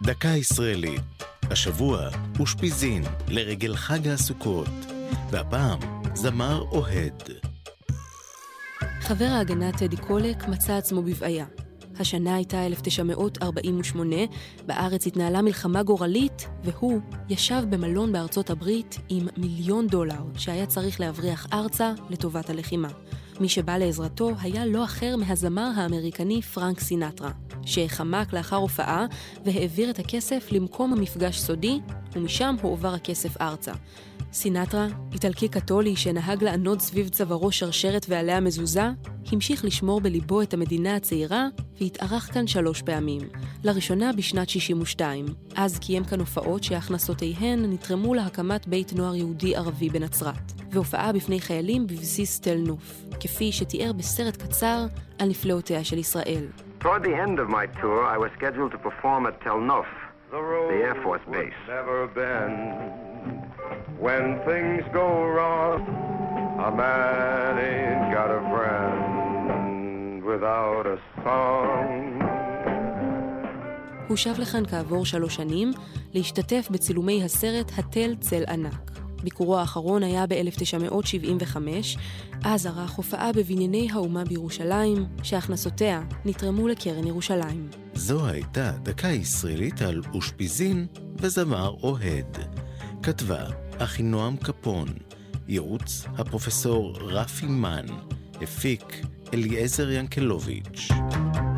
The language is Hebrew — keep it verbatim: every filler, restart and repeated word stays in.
דקה ישראלית. השבוע אושפיזין לרגל חג הסוכות, והפעם זמר אוהד. חבר ההגנה טדי קולק מצא עצמו בבעיה. השנה הייתה אלף תשע מאות ארבעים ושמונה, בארץ התנהלה מלחמה גורלית, והוא ישב במלון בארצות הברית עם מיליון דולר שהיה צריך להבריח ארצה לטובת הלחימה. מי שבא לעזרתו היה לא אחר מהזמר האמריקני פרנק סינטרה, שחמק לאחר הופעה והעביר את הכסף למקום המפגש סודי, ומשם הועבר הכסף ארצה. סינטרה, איטלקי קתולי שנהג לענוד סביב צווארו שרשרת ועליה מזוזה, המשיך לשמור בליבו את המדינה הצעירה והתארח כאן שלוש פעמים. לראשונה בשנת שישים ושתיים. אז קיים כאן הופעות שהכנסותיהן נתרמו להקמת בית נוער יהודי ערבי בנצרת, והופעה בפני חיילים בבסיס תל נוף, כפי שתיאר בסרט קצר על נפלאותיה של ישראל. Toward the end of my tour, I was scheduled to perform at Tel Nof, the Air Force base. Never been. When things go wrong, a man ain't got a friend without a song. הוא שב לכאן כעבור שלוש שנים להשתתף בצילומי הסרט התל צל ענק. ביקורו האחרון היה ב-אלף תשע מאות שבעים וחמש, אז ערך הופעה בבנייני האומה בירושלים, שהכנסותיה נתרמו לקרן ירושלים. זו הייתה דקה ישראלית על אושפיזין וזמר אוהד. כתבה אחינועם קפון, ייעוץ הפרופסור רפי מן, הפיק אליעזר ינקלוביץ'.